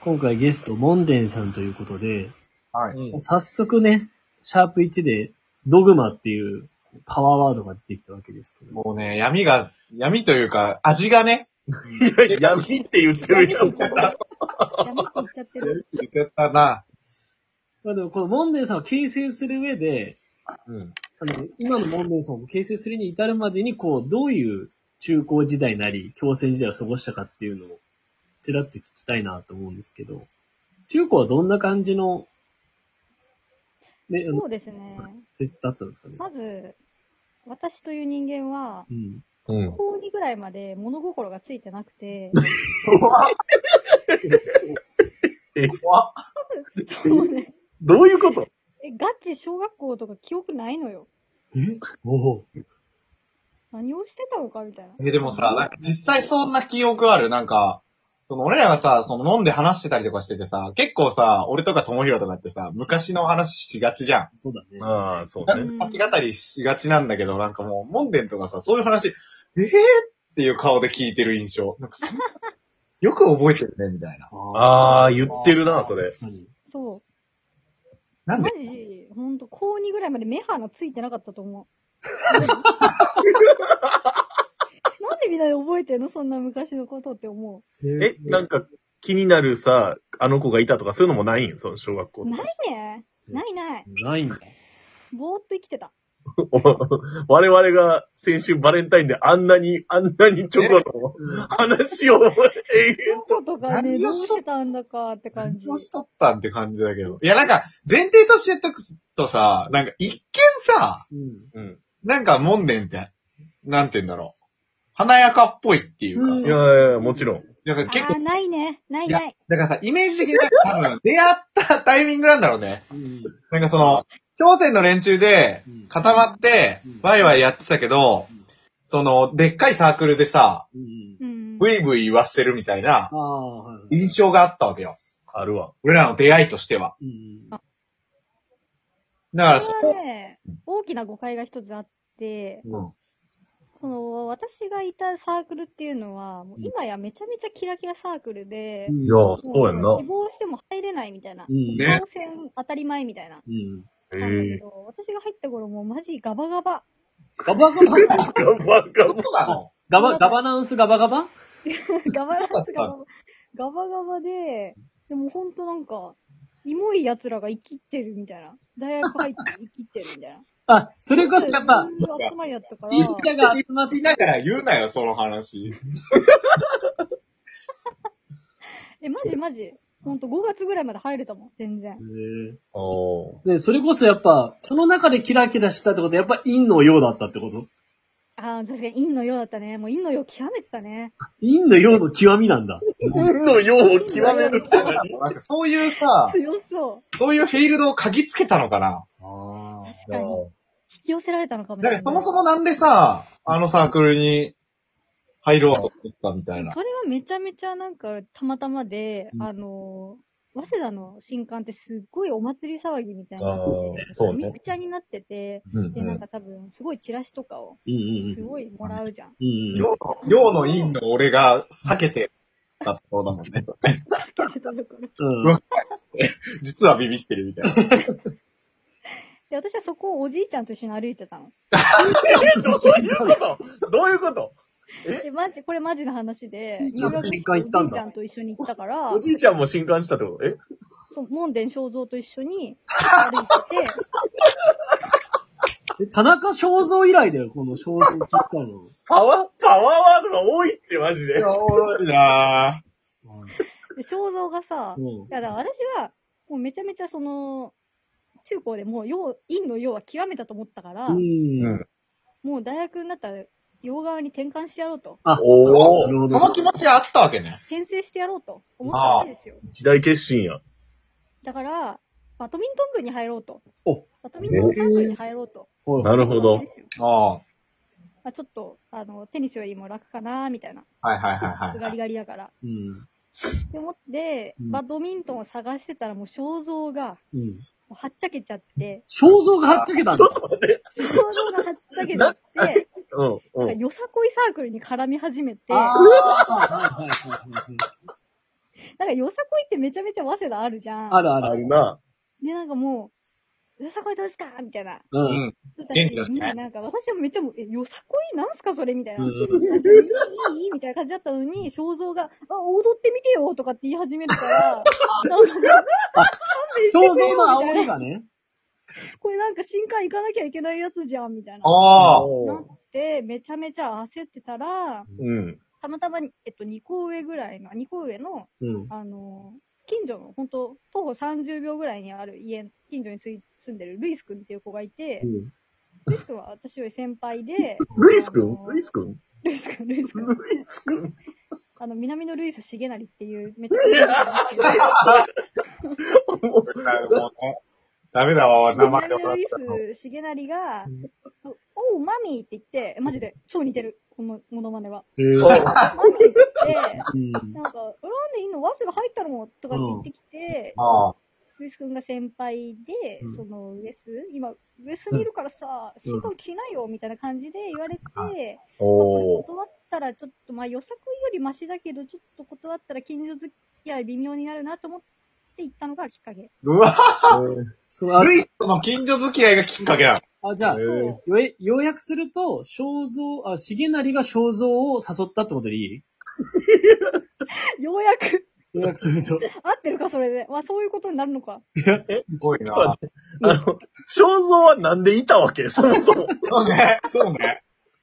今回ゲスト、モンデンさんということで、 はい。 早速ね、シャープ1で、ドグマっていうパワーワードが出てきたわけですけど。 もうね、闇というか、味がね、 いや、闇って言ってるよ。 闇って言っちゃってる。 言っちゃったな。 まあでも、このモンデンさんを形成する上で、 うん。 今のモンデンさんを形成するに至るまでに、どういう中高時代なり、強制時代を過ごしたかっていうのを、ちらっと聞きたいなと思うんですけど、中高はどんな感じの、ね、 そうですね。 だったんですかね。 まず、私という人間は、 うん。 うん。 高2ぐらいまで物心がついてなくて、 怖っ。 そうね。 どういうことガチ小学校とか記憶ないのよ。 おお。 何をしてたのかみたいな。 でもさ、なんか実際そんな記憶ある。なんか、俺らがさ、飲んで話してたりとかしててさ、結構さ、俺とかともひろとかってさ、昔の話しがちじゃん。 そうだね。 ああ、そうね。 昔語りしがちなんだけど、なんかもう、モンデンとかさ、そういう話、っていう顔で聞いてる印象。なんかよく覚えてるね、みたいな。 ああ、言ってるな、それ。 そう。 なんでマジ、ほんと、高2ぐらいまで目鼻ついてなかったと思う。なんでみんなで覚えてんのそんな昔のことって思なんか、気になるさ、あの子がいたとかそういうのもないんよ、その小学校う。ないね。ないない。 ないんだ。 ぼーっと生きてた。 我々が先週バレンタインであんなにチョコの話を永遠チョコとかね、どう何をしとしてたんだかって感じ。 何をしとったんって感じだけど。いや、なんか、前提として言っとくとさ、なんか一見さ、 うん。 うん。 なんかモンデンって、なんて言うんだろう。華やかっぽいっていうかさ、 いやいや、もちろん。 なんか結構、 ないね。ないいやない。 だからさ、イメージ的に多分、出会ったタイミングなんだろうね。 うん。 なんか朝鮮の連中で固まってうん、 ワイワイやってたけどうん、 でっかいサークルでさ、 うん。 うん。 ブイブイ言わしてるみたいなああ、はい。 印象があったわけよ。 あるわ。 俺らの出会いとしては。 うん。 だからそれはね、大きな誤解が一つあって、 うん。 私がいたサークルっていうのは、もう今やめちゃめちゃキラキラサークルで、 いや、そうやんなも。希望しても入れないみたいな。 うん。 ね当選当たり前みたいな。 うん。 なんだええ。 けど、私が入った頃もうマジガバガバ。 ガバガバガバガそうなのガバナンスガバガバガバガバガバガバで、でもほんとなんか、イモい奴らが生きってるみたいな。大学入って生きってるみたいな。 あ、それこそやっぱ、 そういう集まりだったから。 一家が集まって言い、ながら言うなよ、その話。 マジ。ほんと5月ぐらいまで入れたもん、全然。 おー。 で、それこそやっぱ、その中でキラキラしたってことは、やっぱ陰の陽だったってことああ、確かに陰のようだったね。もう陰のよう極めてたね。 陰の陽の極みなんだ。 運のようを極めるって何なんかそういうさ、 強そう。 そういうフィールドを嗅ぎつけたのかな。 あ確かに。引き寄せられたのかもしだれない。 からそもそもなんでさ、あのサークルに入ろうと思ったみたいなそ。れはめちゃめちゃなんかたまたまで、 うん早稲田の新刊ってすっごいお祭り騒ぎみたいになってあーそうねめくちゃになってて、 うんで、なんか多分すごいチラシとかをうんすごいもらうじゃん。 うん。 陽の陰の俺が避けてたところだもんね。 うん。 実はビビってるみたいな。 で、私はそこをおじいちゃんと一緒に歩いてたの。 どういうことで、これマジな話で、 ちゃんと入学式新刊行ったんだおじいちゃんと一緒に行ったからお、じいちゃんも新刊したってことそう門田正蔵と一緒に歩いてて、 田中正蔵以来だよ、この正蔵聞いたの。 パワーワードが多いってマジで。 おもろいなで、正蔵がさ、 うんいやだから私は、もうめちゃめちゃ中高でもう陰の陽は極めたと思ったから、 うん。 もう大学になったら陽側に転換してやろうと。 あ、 おー。 なるほど。 その気持ちはあったわけね。 転生してやろうと思ったわけですよ。 時代決心や。 だから、バドミントン部に入ろうと。 おバドミントンサークルに入ろうと。 なるほど思ったわけですよあまあ、ちょっと、テニスよりも楽かなみたいな。 あ。はいはいはいはい。 ガリガリだから。 うん。 って思って、 うんバドミントンを探してたらもう肖像が、 うん。 もうはっちゃけちゃって、 正蔵がはっちゃけたんだ。 待って。 肖像がはっちゃけちゃって、 うん、 なんかよさこいサークルに絡み始めて、 ああ、はいはいはいはい。 なんかよさこいってめちゃめちゃ早稲田あるじゃん。 ああるある。 るな。 で、なんかもう、よさこいどうですかみたいな。 う。 うんん。 人たち元気だしねみんななんか、私もめっちゃもう、よさこいなんすかそれみたいな。 うんいいみたいな感じだったのに、肖像が、踊ってみてよとかって言い始めるから、なんかもう、勘弁して肖くれよ像の煽みたいな。 りがね。 これなんか新刊行かなきゃいけないやつじゃんみたいな。 ああ。 なって、めちゃめちゃ焦ってたら、 うん。 たまたま、2個上ぐらいの、2個上の、 うん。 近所の、本当徒歩30秒ぐらいにある近所に住んでるルイス君っていう子がいて、 うん。 ルイス君は私より先輩で、 ルイス君あのルイス君ルイス君、ルイス君。 ルイス君南のルイス重成っていう、めっちゃ可愛いもうね。ダメだわ、名前南のルイで笑ったの。 ス重成が、おう、マミーって言って、マジで超似てる、このモノマネは。 へーマミーって言って、 うん。 なんか、なんでいいのワスが入ったのとかって言ってきて、 ああ。 ルイス君が先輩で、 うんその今、ウエスにいるからさ、 うん新刊着ないよ、みたいな感じで言われて、 おー。 断ったらちょっと、まあ、よさこいよりマシだけど、ちょっと断ったら近所付き合い微妙になるなと思って行ったのがきっかけ。 うわそう、 ルイスの近所付き合いがきっかけなの。 じゃあ、 へー要約すると、重成が肖像を誘ったってことでいい？ ようやく、 要約すると。 合ってるか、それで。まあ、そういうことになるのか。 すごいな。 肖像はなんでいたわけそもそも。 そうね。そうね。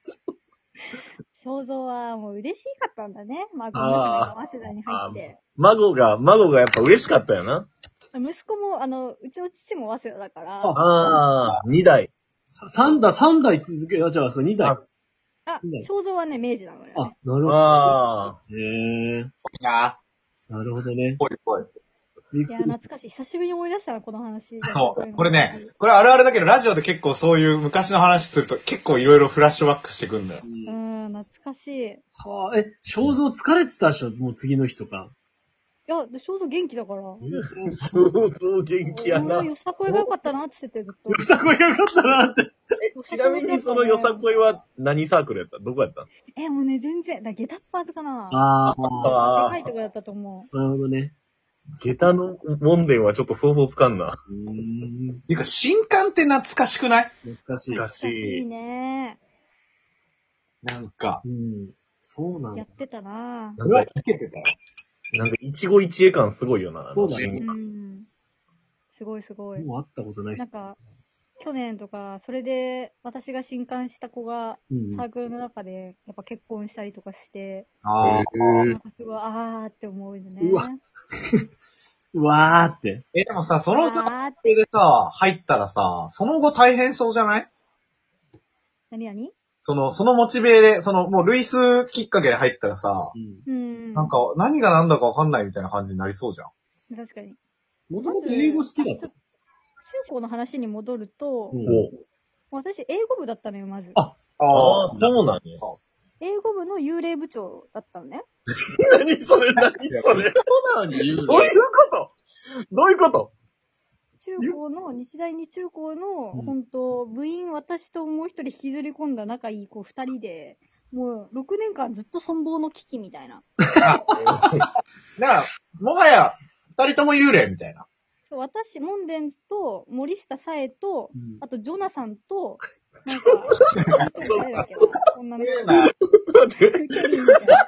肖像はもう嬉しかったんだね。まあ、 あ早稲田に入って。 孫がやっぱ嬉しかったよな。 息子も、うちの父も早稲田だから、 ああ、2代。 三代続け、じゃあ、それ2代。 肖像はね、明治なのよ、ね。 なるほど。 あへえ。 ななるほどね。 ぽいぽい。 びっいや、懐かしい。久しぶりに思い出したな、この話。 そう。これね、これあるあるだけど、ラジオで結構そういう昔の話すると結構いろいろフラッシュバックしてくんだよ。 懐かしい。 はあ、肖像疲れてたでしょもう次の日とか。 いや、肖像元気だから。 肖像元気やな俺、。よさこいが良かったなって言ってて、ずっと。 よさこいがよかったなって。 ちなみにそのよさこいは何サークルやったどこやったもうね、全然、ゲタッパーズかな。 ああ、 でかいとこだったと思う。 なるほどね。 下駄の門殿はちょっと想像つかんな。 ていうか、新刊って懐かしくない？ 懐かしい。 懐かしいいいね。 なんか。 そうなんだやっ。てたなうわ、いけてたよ。 なんか一期一会感すごいよな。 そうだねうん。すごいすごい。 もう会ったことないなんか、去年とか、それで私が新刊した子が、サークルの中で、やっぱ結婚したりとかして、 ああ。 なんかすごい、あーって思うよね。 うわうわーって。 でもさ、その歌あーって。 でさ、入ったらさ、その後大変そうじゃない？ 何そのモチベで、もうルイスきっかけで入ったらさ、 うん。 なんか、何が何だかわかんないみたいな感じになりそうじゃん。 確かに。 もともと英語好きだった。 中高の話に戻ると、私、英語部だったのよ、まず。 ああ、そうなんや。 英語部の幽霊部長だったのね。 何それ何それなのに言うどういうことどういうこと日大に中高の、本当部員私ともう一人引きずり込んだ仲いい子二人で、もう6年間ずっと存亡の危機みたいな。 だから、もはや、二人とも幽霊みたいな。 そう私、モンデンズと森下さえと、あとジョナサンと、なんか、誰だっけな、女の子。 すげえな。 キャリーみたいな。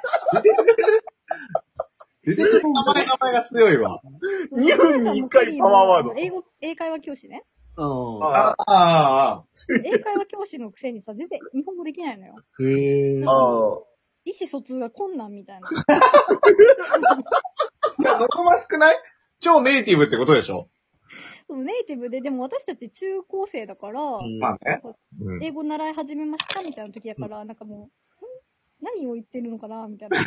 出てくる名前が強いわ。 2分に1回パワーワード。 英会話教師ね。 ああ。 英会話教師のくせにさ、全然日本語できないのよ。 へー。 意思疎通が困難みたいな。 いや、どこましくない？超ネイティブってことでしょ？ そのネイティブで、でも私たち中高生だから、 まあね。 英語習い始めましたみたいな時だから、なんかもう、何を言ってるのかなみたいな。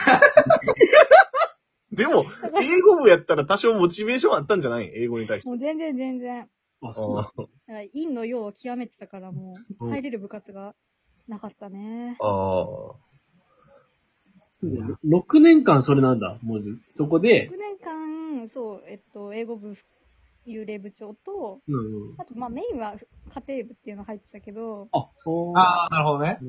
でも、英語部やったら多少モチベーションあったんじゃない英語に対して。 もう全然。 あ、そうあ陰の陽を極めてたから、もう、入れる部活がなかったね。 あ。 6年間それなんだ。もう、そこで 6、年間、そう、英語部幽霊部長と、あと、まあメインは家庭部っていうの入ってたけど、 ああ、なるほどね。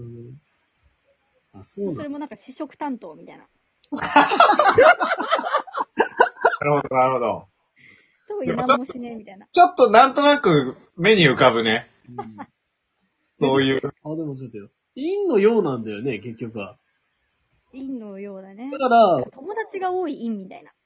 あ、そうなんだ。 それもなんか試食担当みたいな。 るほど、なるほど。 特に何もしねえみたいな。 ちょっとなんとなく目に浮かぶね。 うんそういう。 あ、でもちょっとよ。陰のようなんだよね、結局は。 陰のようだね。 だから、 友達が多い陰みたいな。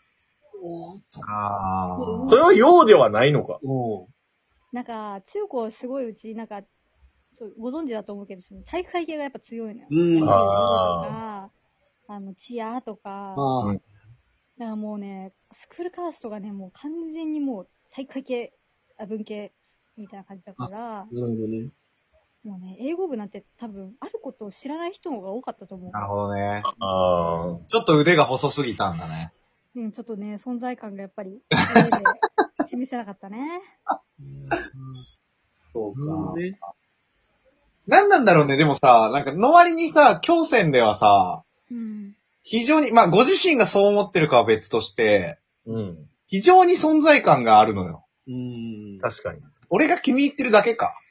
ああ。 それは用ではないのか。 もなんか、中高すごいうち、なんか、そうご存知だと思うけど、その体育会系がやっぱ強いのよ。 う、うん。 とあか、チアとか、 ああ、 うんだからもうね、スクールカーストがね、もう完全にもう体育会系、文系みたいな感じだから、 なるほどね。 もうね、英語部なんて多分、あることを知らない人の方が多かったと思う。 なるほどね。 あ。 ちょっと腕が細すぎたんだね。 うん、ちょっとね、存在感がやっぱり、上で示せなかったね。 そううんね。 なんなんだろうね、でもさ、なんかの割にさ、京戦ではさ、 うん。 非常に、まあご自身がそう思ってるかは別として、 うん。 非常に存在感があるのよ。 うん。 確かに。 俺が気に入ってるだけか。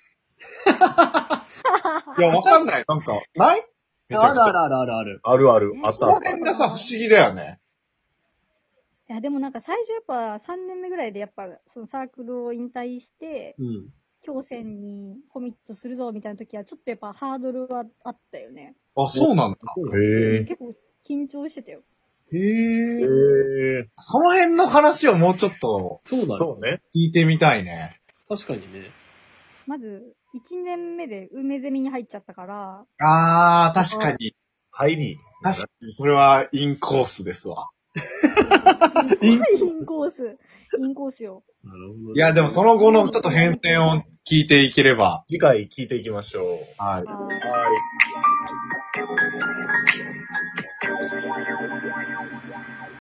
いや、わかんない。なんか、ないめちゃくちゃ。 あるあるあるあるある。 あるある。 ねあったこの辺がさ、不思議だよね。 いや、でもなんか最初やっぱ3年目ぐらいでやっぱそのサークルを引退して、 うん。 強戦にコミットするぞみたいな時はちょっとやっぱハードルはあったよね。 あ、そうなんだ。 へえ。 結構緊張してたよ。 へへえ。 え。 その辺の話をもうちょっとそうだね。 そうね。 聞いてみたいね。 確かにね。 まず、1年目で梅ゼミに入っちゃったから、 あー、確かに。 入り。 確かに、それはインコースですわ。 インコース。インコースよ。 なるほどね。 いや、でもその後のちょっと変遷を聞いていければ。 次回聞いていきましょう。 はい。 あーはい。